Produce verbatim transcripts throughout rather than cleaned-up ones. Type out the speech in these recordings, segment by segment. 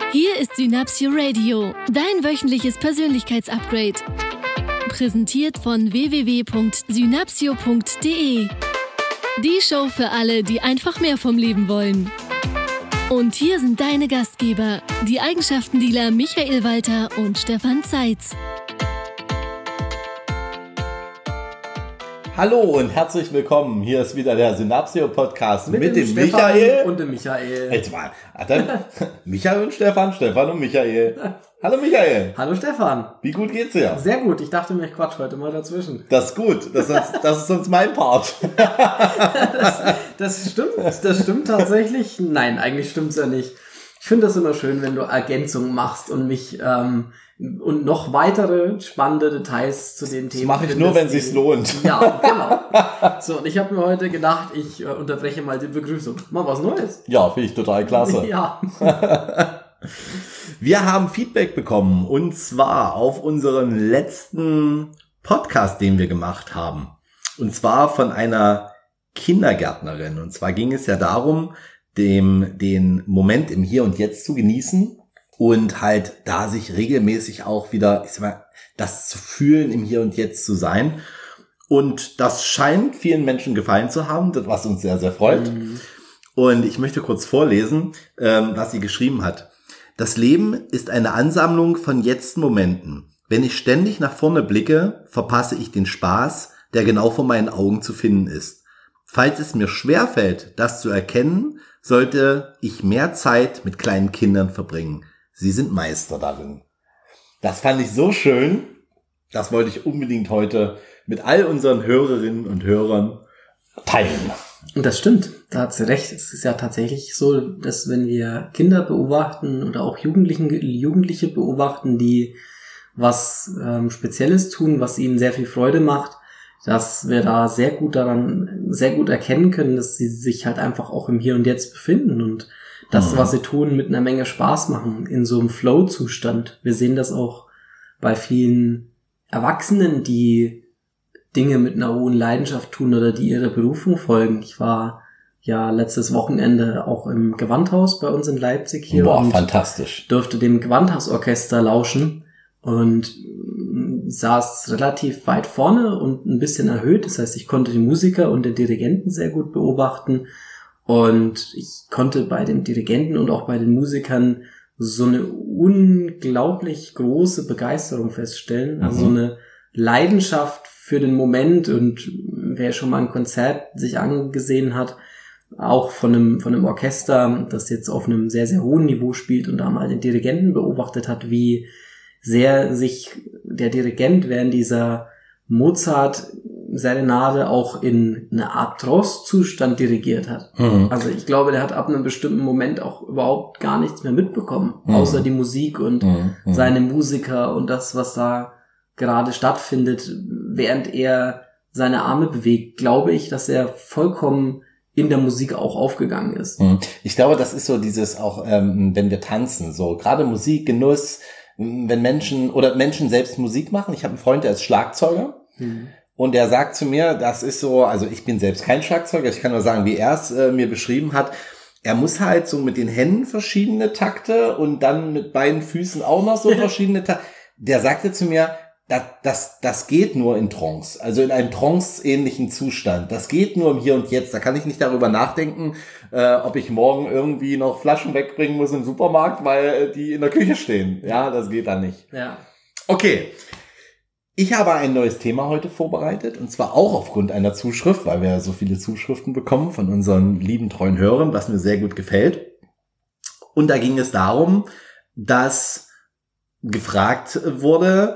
Hier ist Synapsio Radio, dein wöchentliches Persönlichkeitsupgrade. Präsentiert von w w w punkt synapsio punkt d e. Die Show für alle, die einfach mehr vom Leben wollen. Und hier sind deine Gastgeber, die Eigenschaftendealer Michael Walter und Stefan Zeitz. Hallo und herzlich willkommen. Hier ist wieder der Synapsio-Podcast mit, mit dem, dem Stefan Michael und dem Michael. Jetzt mal. Dann Michael und Stefan, Stefan und Michael. Hallo Michael. Hallo Stefan. Wie gut geht's dir? Sehr gut. Ich dachte mir, ich quatsch heute mal dazwischen. Das ist gut. Das ist, das ist sonst mein Part. das, das stimmt. Das stimmt tatsächlich. Nein, eigentlich stimmt's ja nicht. Ich finde das immer schön, wenn du Ergänzungen machst und mich ähm, und noch weitere spannende Details zu den Themen. Das mache ich nur, wenn es sich lohnt. Ja, genau. So, und ich habe mir heute gedacht, ich äh, unterbreche mal die Begrüßung. Mal was Neues. Ja, finde ich total klasse. Ja. Wir haben Feedback bekommen und zwar auf unseren letzten Podcast, den wir gemacht haben. Und zwar von einer Kindergärtnerin. Und zwar ging es ja darum, dem den Moment im Hier und Jetzt zu genießen. Und halt da sich regelmäßig auch wieder, ich sag mal, das zu fühlen, im Hier und Jetzt zu sein. Und das scheint vielen Menschen gefallen zu haben, was uns sehr, sehr freut. Mhm. Und ich möchte kurz vorlesen, was sie geschrieben hat. Das Leben ist eine Ansammlung von Jetzt-Momenten. Wenn ich ständig nach vorne blicke, verpasse ich den Spaß, der genau vor meinen Augen zu finden ist. Falls es mir schwerfällt, das zu erkennen, sollte ich mehr Zeit mit kleinen Kindern verbringen. Sie sind Meister darin. Das fand ich so schön. Das wollte ich unbedingt heute mit all unseren Hörerinnen und Hörern teilen. Und das stimmt. Da hat sie recht. Es ist ja tatsächlich so, dass wenn wir Kinder beobachten oder auch Jugendlichen, Jugendliche beobachten, die was ähm, Spezielles tun, was ihnen sehr viel Freude macht, dass wir da sehr gut daran, sehr gut erkennen können, dass sie sich halt einfach auch im Hier und Jetzt befinden und das, was sie tun, mit einer Menge Spaß machen, in so einem Flow-Zustand. Wir sehen das auch bei vielen Erwachsenen, die Dinge mit einer hohen Leidenschaft tun oder die ihrer Berufung folgen. Ich war ja letztes Wochenende auch im Gewandhaus bei uns in Leipzig hier. Boah, und fantastisch. Durfte dem Gewandhausorchester lauschen und saß relativ weit vorne und ein bisschen erhöht. Das heißt, ich konnte die Musiker und den Dirigenten sehr gut beobachten. Und ich konnte bei den Dirigenten und auch bei den Musikern so eine unglaublich große Begeisterung feststellen. Also mhm. so eine Leidenschaft für den Moment. Und wer schon mal ein Konzert sich angesehen hat, auch von einem, von einem Orchester, das jetzt auf einem sehr, sehr hohen Niveau spielt und da mal den Dirigenten beobachtet hat, wie sehr sich der Dirigent während dieser Mozart-Serenade auch in eine Art Trance-Zustand dirigiert hat. Mhm. Also ich glaube, der hat ab einem bestimmten Moment auch überhaupt gar nichts mehr mitbekommen, mhm. außer die Musik und mhm. seine Musiker und das, was da gerade stattfindet, während er seine Arme bewegt, glaube ich, dass er vollkommen in der Musik auch aufgegangen ist. Ich glaube, das ist so dieses auch, ähm, wenn wir tanzen, so gerade Musik, Genuss, wenn Menschen oder Menschen selbst Musik machen. Ich habe einen Freund, der ist Schlagzeuger mhm. und der sagt zu mir, das ist so, also ich bin selbst kein Schlagzeuger, ich kann nur sagen, wie er es äh, mir beschrieben hat. Er muss halt so mit den Händen verschiedene Takte und dann mit beiden Füßen auch noch so verschiedene Takte. Der sagte zu mir, das, das, das geht nur in Trance, also in einem Trance-ähnlichen Zustand. Das geht nur im Hier und Jetzt. Da kann ich nicht darüber nachdenken, äh, ob ich morgen irgendwie noch Flaschen wegbringen muss im Supermarkt, weil äh, die in der Küche stehen. Ja, das geht dann nicht. Ja. Okay. Ich habe ein neues Thema heute vorbereitet und zwar auch aufgrund einer Zuschrift, weil wir so viele Zuschriften bekommen von unseren lieben treuen Hörern, was mir sehr gut gefällt. Und da ging es darum, dass gefragt wurde,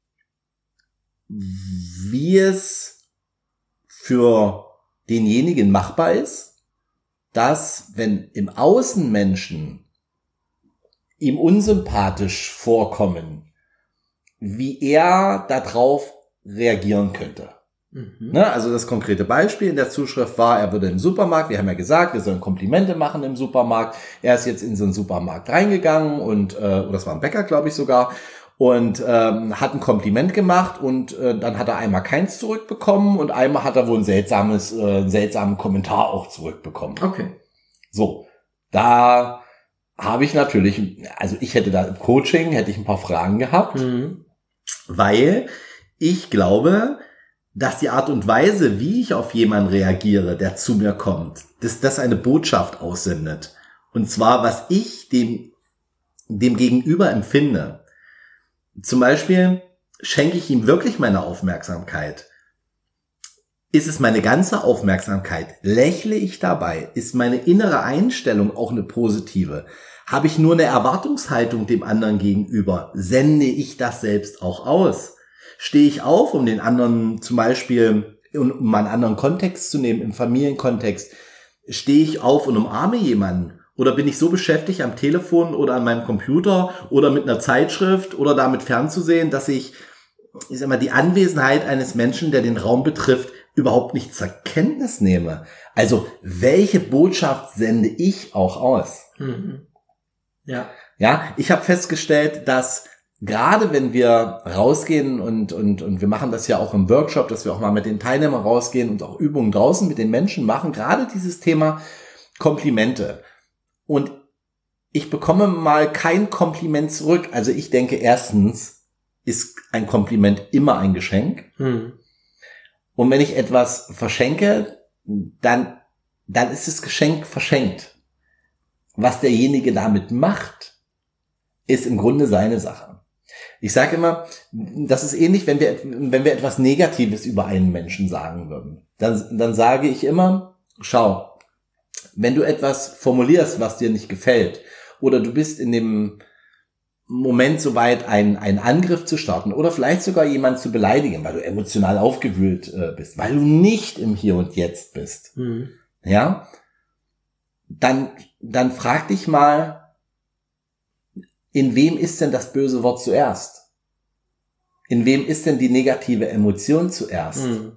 wie es für denjenigen machbar ist, dass, wenn im Außen Menschen ihm unsympathisch vorkommen, wie er darauf reagieren könnte. Mhm. Ne, also das konkrete Beispiel in der Zuschrift war, er würde im Supermarkt, wir haben ja gesagt, wir sollen Komplimente machen im Supermarkt, er ist jetzt in so einen Supermarkt reingegangen und, äh, oder das war ein Bäcker, glaube ich sogar, und ähm, hat ein Kompliment gemacht und äh, dann hat er einmal keins zurückbekommen und einmal hat er wohl ein seltsames, äh, einen seltsamen Kommentar auch zurückbekommen. Okay. So, da habe ich natürlich, also ich hätte da im Coaching, hätte ich ein paar Fragen gehabt, mhm. weil ich glaube, dass die Art und Weise, wie ich auf jemanden reagiere, der zu mir kommt, dass das eine Botschaft aussendet. Und zwar, was ich dem, dem Gegenüber empfinde. Zum Beispiel schenke ich ihm wirklich meine Aufmerksamkeit. Ist es meine ganze Aufmerksamkeit? Lächle ich dabei? Ist meine innere Einstellung auch eine positive? Habe ich nur eine Erwartungshaltung dem anderen gegenüber? Sende ich das selbst auch aus? Stehe ich auf, um den anderen zum Beispiel, um mal einen anderen Kontext zu nehmen, im Familienkontext, stehe ich auf und umarme jemanden? Oder bin ich so beschäftigt am Telefon oder an meinem Computer oder mit einer Zeitschrift oder damit fernzusehen, dass ich, ich sag mal, die Anwesenheit eines Menschen, der den Raum betrifft, überhaupt nicht zur Kenntnis nehme? Also, welche Botschaft sende ich auch aus? Mhm. Ja. Ja, ich habe festgestellt, dass gerade wenn wir rausgehen und, und, und wir machen das ja auch im Workshop, dass wir auch mal mit den Teilnehmern rausgehen und auch Übungen draußen mit den Menschen machen, gerade dieses Thema Komplimente. Und ich bekomme mal kein Kompliment zurück. Also ich denke, erstens ist ein Kompliment immer ein Geschenk. Hm. Und wenn ich etwas verschenke, dann, dann ist das Geschenk verschenkt. Was derjenige damit macht, ist im Grunde seine Sache. Ich sage immer, das ist ähnlich, wenn wir, wenn wir etwas Negatives über einen Menschen sagen würden. Dann, dann sage ich immer, schau, wenn du etwas formulierst, was dir nicht gefällt, oder du bist in dem Moment soweit, einen, einen Angriff zu starten oder vielleicht sogar jemanden zu beleidigen, weil du emotional aufgewühlt äh, bist, weil du nicht im Hier und Jetzt bist, mhm. ja, dann, dann frag dich mal, in wem ist denn das böse Wort zuerst? In wem ist denn die negative Emotion zuerst? Mhm.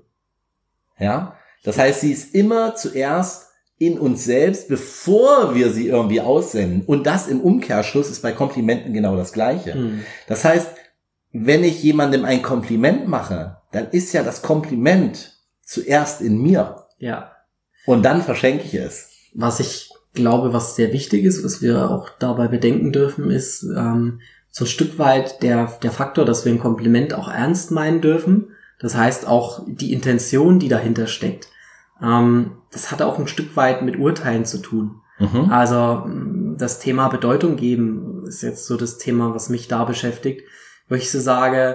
Ja, das heißt, sie ist immer zuerst in uns selbst, bevor wir sie irgendwie aussenden. Und das im Umkehrschluss ist bei Komplimenten genau das Gleiche. Mhm. Das heißt, wenn ich jemandem ein Kompliment mache, dann ist ja das Kompliment zuerst in mir. Ja. Und dann verschenke ich es. Was ich glaube, was sehr wichtig ist, was wir auch dabei bedenken dürfen, ist ähm, so ein Stück weit der, der Faktor, dass wir ein Kompliment auch ernst meinen dürfen. Das heißt auch die Intention, die dahinter steckt. Ähm, das hat auch ein Stück weit mit Urteilen zu tun. Mhm. Also das Thema Bedeutung geben ist jetzt so das Thema, was mich da beschäftigt, wo ich so sage,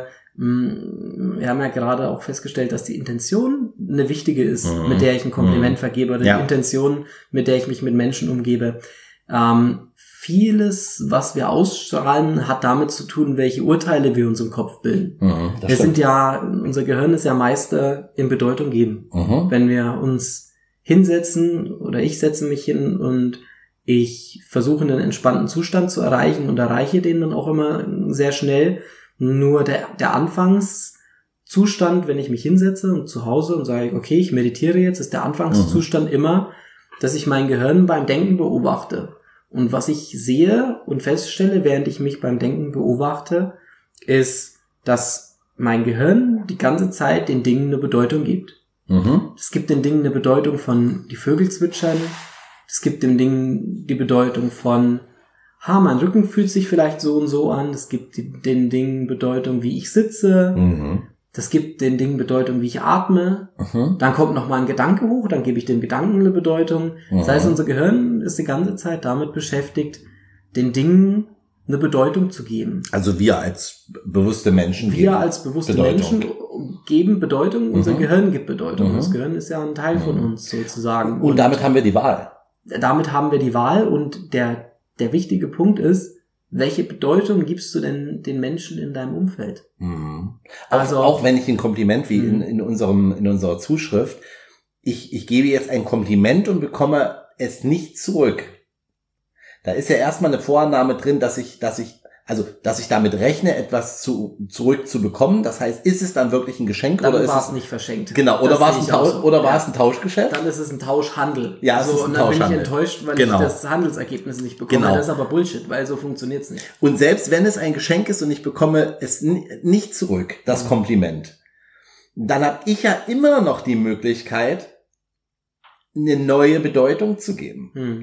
mh, wir haben ja gerade auch festgestellt, dass die Intention eine wichtige ist, mhm. mit der ich ein Kompliment mhm. vergebe, oder ja. die Intention, mit der ich mich mit Menschen umgebe. Ähm, vieles, was wir ausstrahlen, hat damit zu tun, welche Urteile wir uns im Kopf bilden. Mhm, wir stimmt. sind ja, unser Gehirn ist ja Meister im Bedeutung geben. Mhm. Wenn wir uns hinsetzen oder ich setze mich hin und ich versuche einen entspannten Zustand zu erreichen und erreiche den dann auch immer sehr schnell. Nur der, der Anfangszustand, wenn ich mich hinsetze und zu Hause und sage, okay, ich meditiere jetzt, ist der Anfangszustand mhm. immer, dass ich mein Gehirn beim Denken beobachte. Und was ich sehe und feststelle, während ich mich beim Denken beobachte, ist, dass mein Gehirn die ganze Zeit den Dingen eine Bedeutung gibt. Mhm. Es gibt den Dingen eine Bedeutung von die Vögel zwitschern. Es gibt den Dingen die Bedeutung von, ha, mein Rücken fühlt sich vielleicht so und so an. Es gibt die, den Dingen Bedeutung, wie ich sitze. Mhm. Das gibt den Dingen Bedeutung, wie ich atme. Mhm. Dann kommt noch mal ein Gedanke hoch, dann gebe ich dem Gedanken eine Bedeutung. Mhm. Das heißt, unser Gehirn ist die ganze Zeit damit beschäftigt, den Dingen eine Bedeutung zu geben. Also wir als bewusste Menschen Wir als bewusste Bedeutung. Menschen geben Bedeutung, unser mhm. Gehirn gibt Bedeutung. Mhm. Das Gehirn ist ja ein Teil mhm. von uns sozusagen. Und, und damit haben wir die Wahl. Damit haben wir die Wahl und der, der wichtige Punkt ist, welche Bedeutung gibst du denn den Menschen in deinem Umfeld? Mhm. Also auch, auch wenn ich ein Kompliment, wie in, in unserem in unserer Zuschrift, ich ich gebe jetzt ein Kompliment und bekomme es nicht zurück. Da ist ja erstmal eine Vorannahme drin, dass ich dass ich also dass ich damit rechne, etwas zu zurückzubekommen. Das heißt, ist es dann wirklich ein Geschenk dann oder ist war es es nicht verschenkt? Genau, oder war es ein Tausch, so. oder war ja. es ein Tauschgeschäft? Dann ist es ein Tauschhandel. Ja, es so, ist ein und dann Tauschhandel. bin ich enttäuscht, weil genau. ich das Handelsergebnis nicht bekomme. Genau. Das ist aber Bullshit, weil so funktioniert's nicht. Und selbst wenn es ein Geschenk ist und ich bekomme es nicht zurück, das mhm. Kompliment, dann habe ich ja immer noch die Möglichkeit, eine neue Bedeutung zu geben. Mhm.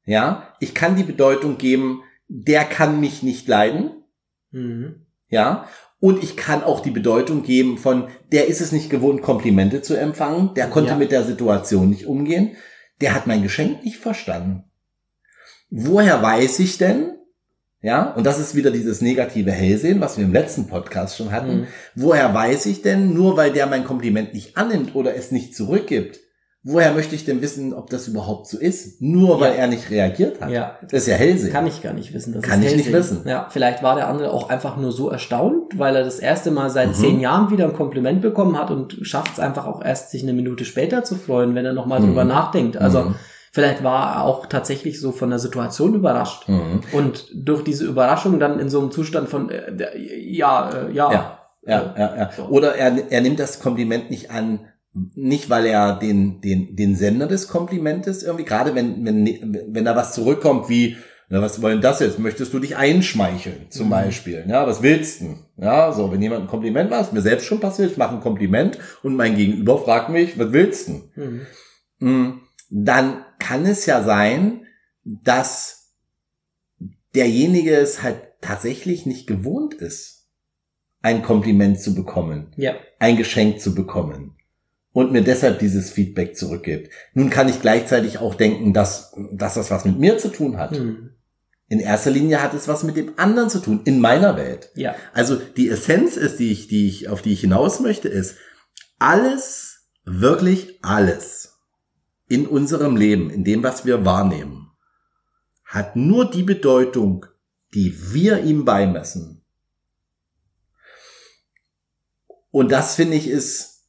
Ja, ich kann die Bedeutung geben, der kann mich nicht leiden. Mhm. Ja, und ich kann auch die Bedeutung geben von, der ist es nicht gewohnt, Komplimente zu empfangen, der konnte Ja. mit der Situation nicht umgehen, der hat mein Geschenk nicht verstanden. Woher weiß ich denn, ja, und das ist wieder dieses negative Hellsehen, was wir im letzten Podcast schon hatten, Mhm. woher weiß ich denn, nur weil der mein Kompliment nicht annimmt oder es nicht zurückgibt, woher möchte ich denn wissen, ob das überhaupt so ist? Nur weil Ja. er nicht reagiert hat. Ja. Das ist ja Hellsehen. Kann ich gar nicht wissen. Das Kann ist ich nicht Hellsehen. wissen. Ja, vielleicht war der andere auch einfach nur so erstaunt, weil er das erste Mal seit Mhm. zehn Jahren wieder ein Kompliment bekommen hat und schafft es einfach auch erst, sich eine Minute später zu freuen, wenn er nochmal Mhm. drüber nachdenkt. Also Mhm. vielleicht war er auch tatsächlich so von der Situation überrascht. Mhm. Und durch diese Überraschung dann in so einem Zustand von, äh, der- ja, äh, ja. Ja, ja, ja, ja. So. Oder er, er nimmt das Kompliment nicht an, nicht weil er den, den, den Sender des Komplimentes irgendwie, gerade wenn, wenn, wenn da was zurückkommt wie, na, was wollen das jetzt? Möchtest du dich einschmeicheln, zum Mhm. Beispiel? Ja, was willst du? Ja, so, wenn jemand ein Kompliment macht, ist mir selbst schon passiert, ich mache ein Kompliment und mein Gegenüber fragt mich, was willst du? Mhm. Mm, dann kann es ja sein, dass derjenige es halt tatsächlich nicht gewohnt ist, ein Kompliment zu bekommen, Ja. ein Geschenk zu bekommen und mir deshalb dieses Feedback zurückgibt. Nun kann ich gleichzeitig auch denken, dass, dass das was mit mir zu tun hat. Mhm. In erster Linie hat es was mit dem anderen zu tun, in meiner Welt. Ja. Also die Essenz ist, die ich, die ich, auf die ich hinaus möchte, ist, alles, wirklich alles in unserem Leben, in dem, was wir wahrnehmen, hat nur die Bedeutung, die wir ihm beimessen. Und das, finde ich, ist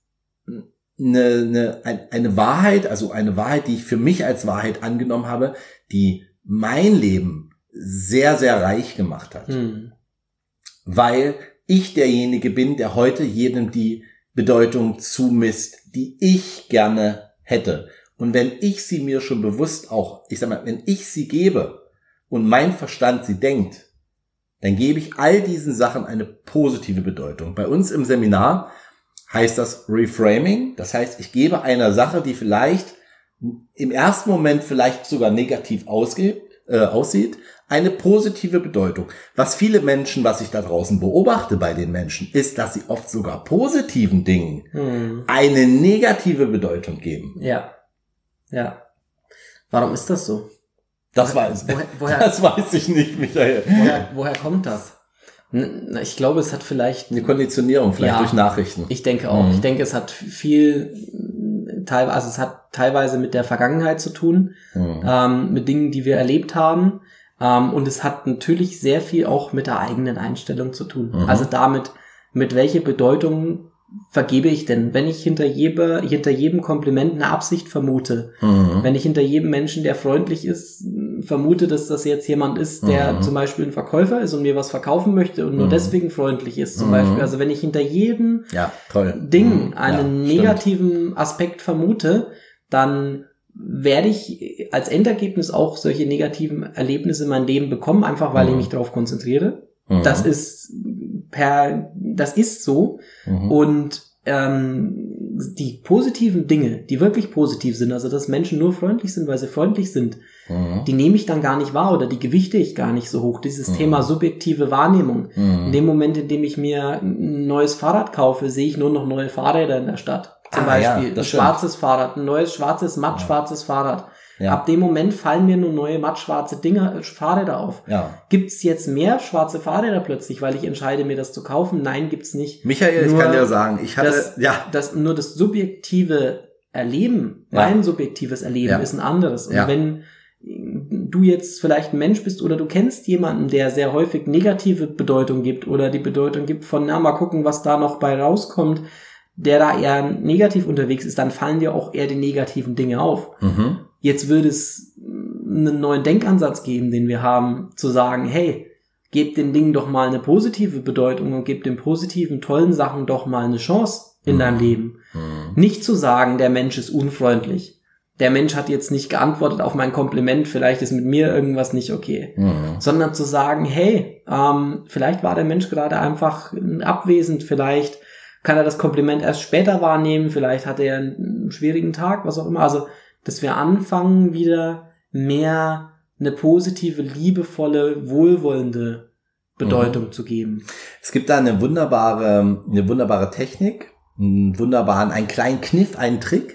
eine, eine, eine Wahrheit, also eine Wahrheit, die ich für mich als Wahrheit angenommen habe, die mein Leben sehr, sehr reich gemacht hat. Mhm. Weil ich derjenige bin, der heute jedem die Bedeutung zumisst, die ich gerne hätte. Und wenn ich sie mir schon bewusst auch, ich sag mal, wenn ich sie gebe und mein Verstand sie denkt, dann gebe ich all diesen Sachen eine positive Bedeutung. Bei uns im Seminar heißt das Reframing. Das heißt, ich gebe einer Sache, die vielleicht im ersten Moment vielleicht sogar negativ ausgeht, äh, aussieht, eine positive Bedeutung. Was viele Menschen, was ich da draußen beobachte bei den Menschen, ist, dass sie oft sogar positiven Dingen Mhm. eine negative Bedeutung geben. Ja. Ja. Warum ist das so? Das weiß, Woher, woher, das weiß ich nicht, Michael. woher, woher kommt das? N- Ich glaube, es hat vielleicht, Eine Konditionierung, vielleicht Ja. durch Nachrichten. ich denke auch, Mhm. ich denke, es hat viel, teilweise, also es hat teilweise mit der Vergangenheit zu tun, Mhm. ähm, mit Dingen, die wir erlebt haben. Ähm, und es hat natürlich sehr viel auch mit der eigenen Einstellung zu tun. Mhm. Also damit, mit welcher Bedeutung vergebe ich denn? Wenn ich hinter jedem, hinter jedem Kompliment eine Absicht vermute, Mhm. wenn ich hinter jedem Menschen, der freundlich ist, vermute, dass das jetzt jemand ist, der Mhm. zum Beispiel ein Verkäufer ist und mir was verkaufen möchte und nur Mhm. deswegen freundlich ist, zum Mhm. Beispiel. Also wenn ich hinter jedem Ja, toll. Ding Mhm. einen Ja, negativen Aspekt vermute, dann werde ich als Endergebnis auch solche negativen Erlebnisse in mein Leben bekommen, einfach weil Mhm. ich mich darauf konzentriere. Mhm. Das ist per, das ist so. Mhm. Und ähm, die positiven Dinge, die wirklich positiv sind, also dass Menschen nur freundlich sind, weil sie freundlich sind, Mhm. die nehme ich dann gar nicht wahr oder die gewichte ich gar nicht so hoch. Dieses Mhm. Thema subjektive Wahrnehmung. Mhm. In dem Moment, in dem ich mir ein neues Fahrrad kaufe, sehe ich nur noch neue Fahrräder in der Stadt. Zum Ah, ja, Beispiel das ein stimmt. schwarzes Fahrrad, ein neues schwarzes, mattschwarzes Fahrrad. Ja. Ab dem Moment fallen mir nur neue mattschwarze Dinger, äh, Fahrräder auf. Ja. Gibt's jetzt mehr schwarze Fahrräder plötzlich, weil ich entscheide, mir das zu kaufen? Nein, gibt's nicht. Michael, ich Nur kann dir sagen, ich hatte, das, ja, das, nur das subjektive Erleben, Ja. mein subjektives Erleben Ja. ist ein anderes. Und Ja. wenn du jetzt vielleicht ein Mensch bist oder du kennst jemanden, der sehr häufig negative Bedeutung gibt oder die Bedeutung gibt von, na, mal gucken, was da noch bei rauskommt, der da eher negativ unterwegs ist, dann fallen dir auch eher die negativen Dinge auf. mhm. Jetzt würde es einen neuen Denkansatz geben, den wir haben, zu sagen, hey, gebt den Dingen doch mal eine positive Bedeutung und gebt den positiven, tollen Sachen doch mal eine Chance in Mhm. deinem Leben. Mhm. Nicht zu sagen, der Mensch ist unfreundlich. Der Mensch hat jetzt nicht geantwortet auf mein Kompliment, vielleicht ist mit mir irgendwas nicht okay. Mhm. Sondern zu sagen, hey, ähm, vielleicht war der Mensch gerade einfach abwesend, vielleicht kann er das Kompliment erst später wahrnehmen, vielleicht hat er einen schwierigen Tag, was auch immer. Also, dass wir anfangen, wieder mehr eine positive, liebevolle, wohlwollende Bedeutung mhm. zu geben. Es gibt da eine wunderbare, eine wunderbare Technik, einen wunderbaren, einen kleinen Kniff, einen Trick,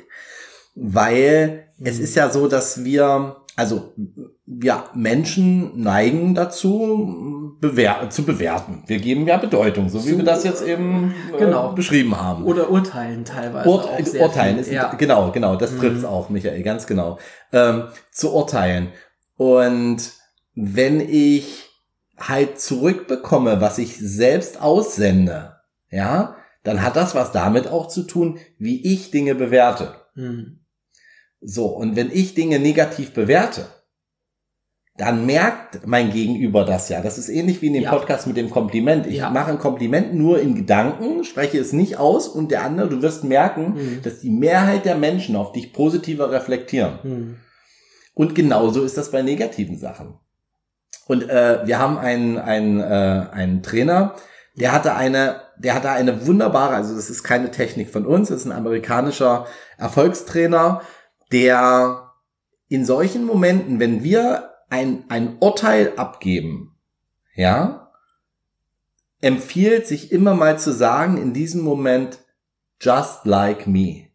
weil mhm. es ist ja so, dass wir, also ja, Menschen neigen dazu, bewer- zu bewerten. Wir geben ja Bedeutung, so wie so, wir das jetzt eben äh, genau. beschrieben haben. Oder urteilen teilweise Ur- auch sehr Urteilen, ist, ja. genau, genau, das mhm. trifft es auch, Michael, ganz genau. Ähm, zu urteilen. Und wenn ich halt zurückbekomme, was ich selbst aussende, ja, dann hat das was damit auch zu tun, wie ich Dinge bewerte. Mhm. So, und wenn ich Dinge negativ bewerte, dann merkt mein Gegenüber das ja. Das ist ähnlich wie in dem ja. Podcast mit dem Kompliment. Ich ja. mache ein Kompliment nur in Gedanken, spreche es nicht aus und der andere, du wirst merken, mhm. dass die Mehrheit der Menschen auf dich positiver reflektieren. Mhm. Und genauso ist das bei negativen Sachen. Und äh, wir haben einen, einen, äh, einen Trainer, der hatte eine, der hatte eine wunderbare, also das ist keine Technik von uns, das ist ein amerikanischer Erfolgstrainer, der in solchen Momenten, wenn wir ein, ein Urteil abgeben, ja, empfiehlt sich immer mal zu sagen, in diesem Moment, just like me.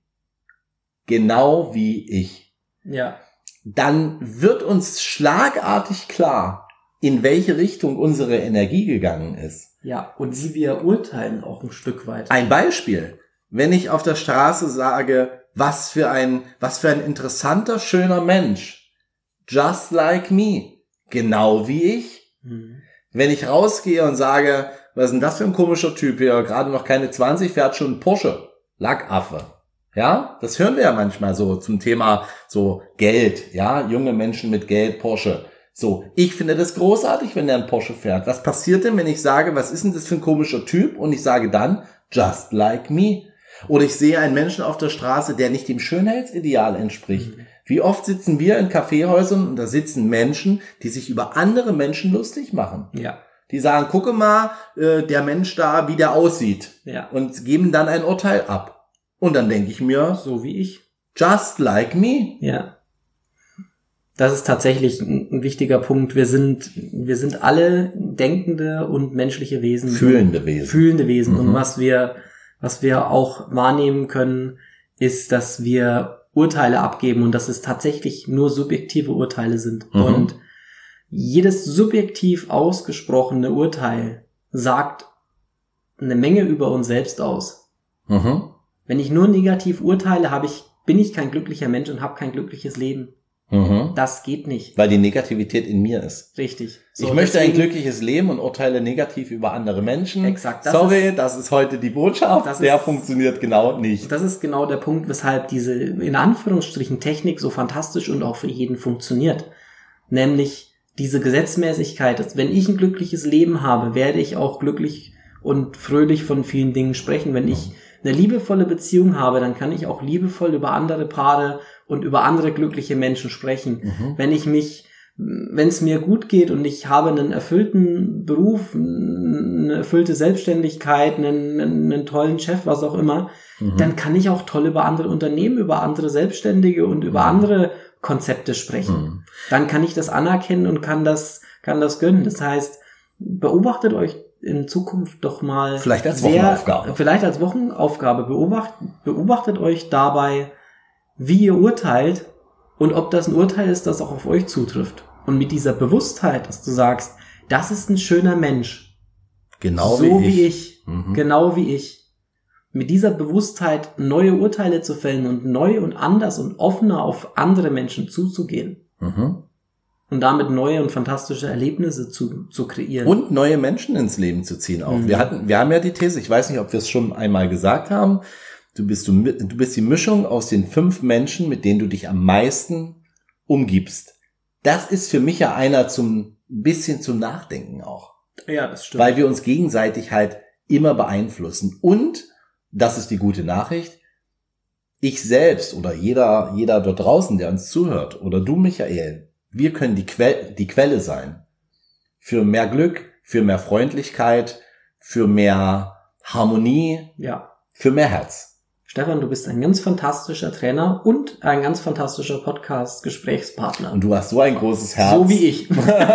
Genau wie ich. Ja. Dann wird uns schlagartig klar, in welche Richtung unsere Energie gegangen ist. Ja, und wie wir urteilen auch ein Stück weit. Ein Beispiel. Wenn ich auf der Straße sage, was für ein, was für ein interessanter, schöner Mensch. Just like me. Genau wie ich. Mhm. Wenn ich rausgehe und sage, was ist denn das für ein komischer Typ hier? Gerade noch keine zwanzig, fährt schon einen Porsche. Lackaffe. Ja, das hören wir ja manchmal so zum Thema so Geld. Ja, junge Menschen mit Geld, Porsche. So, ich finde das großartig, wenn der einen Porsche fährt. Was passiert denn, wenn ich sage, was ist denn das für ein komischer Typ? Und ich sage dann, just like me. Oder ich sehe einen Menschen auf der Straße, der nicht dem Schönheitsideal entspricht. Mhm. Wie oft sitzen wir in Kaffeehäusern und da sitzen Menschen, die sich über andere Menschen lustig machen. Ja. Die sagen, gucke mal, äh, der Mensch da, wie der aussieht. Ja. Und geben dann ein Urteil ab. Und dann denke ich mir, so wie ich. Just like me. Ja. Das ist tatsächlich ein wichtiger Punkt. Wir sind, wir sind alle denkende und menschliche Wesen. Fühlende Wesen. Fühlende Wesen. Mhm. Und was wir, was wir auch wahrnehmen können, ist, dass wir Urteile abgeben und dass es tatsächlich nur subjektive Urteile sind. Mhm. Und jedes subjektiv ausgesprochene Urteil sagt eine Menge über uns selbst aus. Mhm. Wenn ich nur negativ urteile, habe ich, bin ich kein glücklicher Mensch und habe kein glückliches Leben. Mhm. Das geht nicht. Weil die Negativität in mir ist. Richtig. So, ich möchte deswegen ein glückliches Leben und urteile negativ über andere Menschen. Exakt. Das Sorry, ist, das ist heute die Botschaft. Das der ist, funktioniert genau nicht. Das ist genau der Punkt, weshalb diese, in Anführungsstrichen, Technik so fantastisch und auch für jeden funktioniert. Nämlich diese Gesetzmäßigkeit, dass wenn ich ein glückliches Leben habe, werde ich auch glücklich und fröhlich von vielen Dingen sprechen. Wenn ich eine liebevolle Beziehung habe, dann kann ich auch liebevoll über andere Paare und über andere glückliche Menschen sprechen. Mhm. Wenn ich mich, wenn es mir gut geht und ich habe einen erfüllten Beruf, eine erfüllte Selbstständigkeit, einen, einen tollen Chef, was auch immer, mhm. dann kann ich auch toll über andere Unternehmen, über andere Selbstständige und über mhm. andere Konzepte sprechen. Mhm. Dann kann ich das anerkennen und kann das, kann das gönnen. Das heißt, beobachtet euch in Zukunft doch mal vielleicht als sehr, Wochenaufgabe. Vielleicht als Wochenaufgabe. Beobachtet, beobachtet euch dabei, wie ihr urteilt und ob das ein Urteil ist, das auch auf euch zutrifft. Und mit dieser Bewusstheit, dass du sagst, das ist ein schöner Mensch. Genau so wie ich. Wie ich mhm. Genau wie ich. Mit dieser Bewusstheit neue Urteile zu fällen und neu und anders und offener auf andere Menschen zuzugehen. Mhm. Und damit neue und fantastische Erlebnisse zu, zu kreieren. Und neue Menschen ins Leben zu ziehen auch. Mhm. Wir hatten, wir haben ja die These, ich weiß nicht, ob wir es schon einmal gesagt haben, du bist, du, du bist die Mischung aus den fünf Menschen, mit denen du dich am meisten umgibst. Das ist für mich ja einer zum, bisschen zum Nachdenken auch. Ja, das stimmt. Weil wir uns gegenseitig halt immer beeinflussen. Und, das ist die gute Nachricht, ich selbst oder jeder, jeder dort draußen, der uns zuhört, oder du, Michael, wir können die, que- die Quelle sein für mehr Glück, für mehr Freundlichkeit, für mehr Harmonie, ja. für mehr Herz. Stefan, du bist ein ganz fantastischer Trainer und ein ganz fantastischer Podcast-Gesprächspartner. Und du hast so ein großes Herz. So wie ich.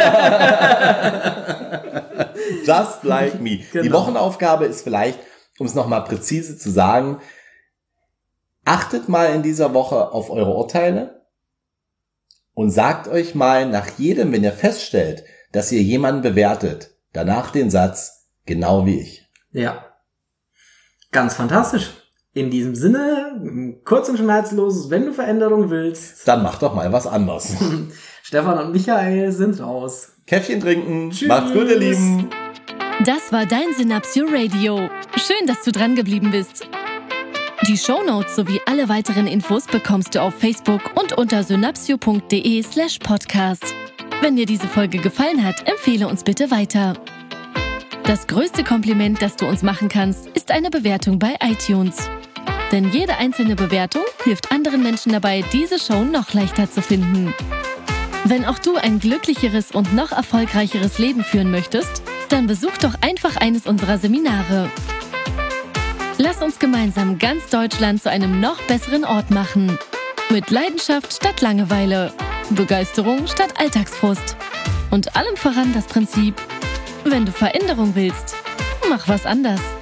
Just like me. Genau. Die Wochenaufgabe ist vielleicht, um es nochmal präzise zu sagen, achtet mal in dieser Woche auf eure Urteile und sagt euch mal nach jedem, wenn ihr feststellt, dass ihr jemanden bewertet, danach den Satz, genau wie ich. Ja. Ganz fantastisch. In diesem Sinne, kurz und schmerzlos, wenn du Veränderung willst. Dann mach doch mal was anderes. Stefan und Michael sind raus. Käffchen trinken. Tschüss. Macht's gut, ihr Lieben. Das war dein Synapsio Radio. Schön, dass du dran geblieben bist. Die Shownotes sowie alle weiteren Infos bekommst du auf Facebook und unter synapsio.de slash podcast. Wenn dir diese Folge gefallen hat, empfehle uns bitte weiter. Das größte Kompliment, das du uns machen kannst, ist eine Bewertung bei iTunes. Denn jede einzelne Bewertung hilft anderen Menschen dabei, diese Show noch leichter zu finden. Wenn auch du ein glücklicheres und noch erfolgreicheres Leben führen möchtest, dann besuch doch einfach eines unserer Seminare. Lass uns gemeinsam ganz Deutschland zu einem noch besseren Ort machen. Mit Leidenschaft statt Langeweile, Begeisterung statt Alltagsfrust und allem voran das Prinzip: Wenn du Veränderung willst, mach was anders.